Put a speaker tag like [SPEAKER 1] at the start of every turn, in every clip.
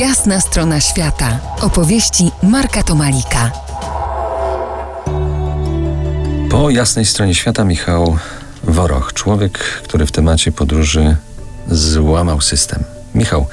[SPEAKER 1] Jasna strona świata. Opowieści Marka Tomalika.
[SPEAKER 2] Po jasnej stronie świata Michał Woroch, człowiek, który w temacie podróży złamał system. Michał,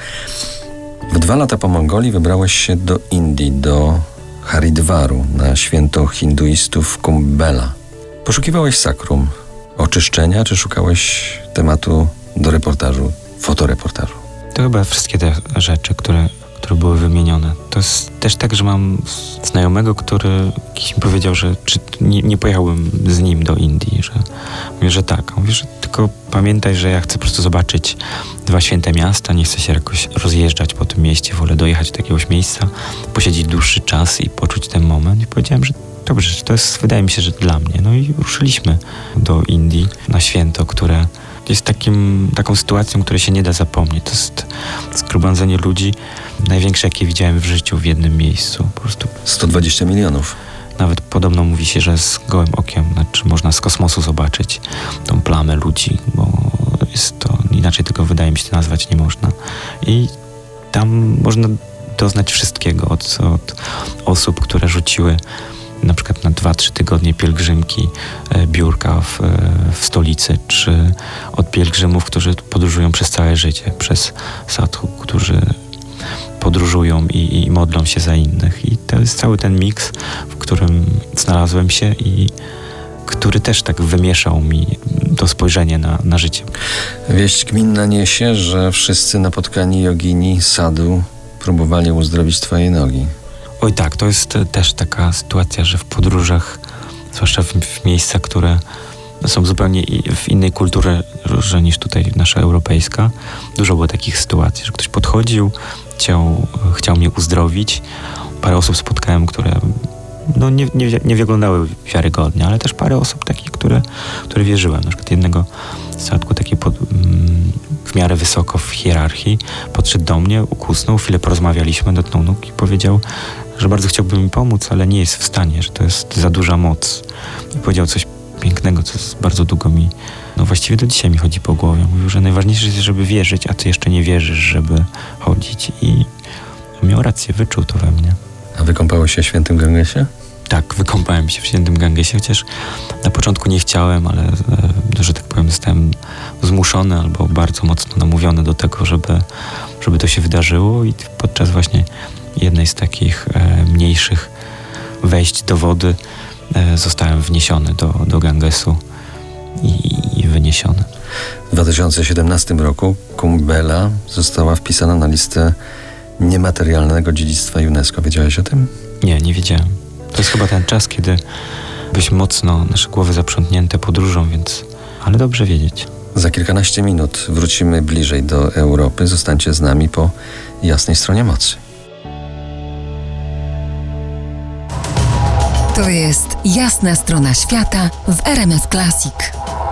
[SPEAKER 2] w 2 lata po Mongolii wybrałeś się do Indii, do Haridwaru, na święto hinduistów Kumbh Mela. Poszukiwałeś sakrum, oczyszczenia, czy szukałeś tematu do reportażu, fotoreportażu?
[SPEAKER 3] To chyba wszystkie te rzeczy, które były wymienione. To jest też tak, że mam znajomego, który jakiś mi powiedział, że czy nie pojechałbym z nim do Indii, że mówię, że tak. Mówię, że tylko pamiętaj, że ja chcę po prostu zobaczyć 2 święte miasta, nie chcę się jakoś rozjeżdżać po tym mieście, wolę dojechać do jakiegoś miejsca, posiedzieć dłuższy czas i poczuć ten moment. I powiedziałem, że dobrze, że to jest, wydaje mi się, że dla mnie. No i ruszyliśmy do Indii na święto, które jest taką sytuacją, której się nie da zapomnieć. To jest zgromadzenie ludzi największe, jakie widziałem w życiu w jednym miejscu. Po prostu
[SPEAKER 2] 120 milionów.
[SPEAKER 3] Nawet podobno mówi się, że z gołym okiem, znaczy można z kosmosu zobaczyć tą plamę ludzi, bo jest to, inaczej tego wydaje mi się nazwać nie można. I tam można doznać wszystkiego, od osób, które rzuciły na przykład na 2-3 tygodnie pielgrzymki, biurka w stolicy, czy od pielgrzymów, którzy podróżują przez całe życie, przez sadhu, którzy podróżują i modlą się za innych. I to jest cały ten miks, w którym znalazłem się i który też tak wymieszał mi to spojrzenie na życie.
[SPEAKER 2] Wieść gminna niesie, że wszyscy napotkani jogini sadhu próbowali uzdrowić twoje nogi.
[SPEAKER 3] Oj tak, to jest też taka sytuacja, że w podróżach, zwłaszcza w miejscach, które są zupełnie w innej kulturze niż tutaj nasza europejska, dużo było takich sytuacji, że ktoś podchodził, chciał mnie uzdrowić. Parę osób spotkałem, które nie wyglądały wiarygodnie, ale też parę osób takich, które wierzyłem. Na przykład jednego sadhku taki w miarę wysoko w hierarchii podszedł do mnie, ukusnął, chwilę porozmawialiśmy, dotknął nóg i powiedział, że bardzo chciałby mi pomóc, ale nie jest w stanie, że to jest za duża moc. I powiedział coś pięknego, co bardzo długo mi, właściwie do dzisiaj mi chodzi po głowie. Mówił, że najważniejsze jest, żeby wierzyć, a ty jeszcze nie wierzysz, żeby chodzić. I miał rację, wyczuł to we mnie.
[SPEAKER 2] A wykąpałeś się w świętym Gangesie?
[SPEAKER 3] Tak, wykąpałem się w świętym Gangesie, chociaż na początku nie chciałem, ale, że tak powiem, zostałem zmuszony albo bardzo mocno namówiony do tego, żeby to się wydarzyło i podczas właśnie jednej z takich mniejszych wejść do wody zostałem wniesiony do Gangesu i wyniesiony.
[SPEAKER 2] W 2017 roku Kumbh Mela została wpisana na listę niematerialnego dziedzictwa UNESCO. Wiedziałeś o tym?
[SPEAKER 3] Nie wiedziałem. To jest chyba ten czas, kiedy byśmy mocno nasze głowy zaprzątnięte podróżą, więc... Ale dobrze wiedzieć.
[SPEAKER 2] Za kilkanaście minut wrócimy bliżej do Europy. Zostańcie z nami po jasnej stronie mocy.
[SPEAKER 1] To jest Jasna strona świata w RMF Classic.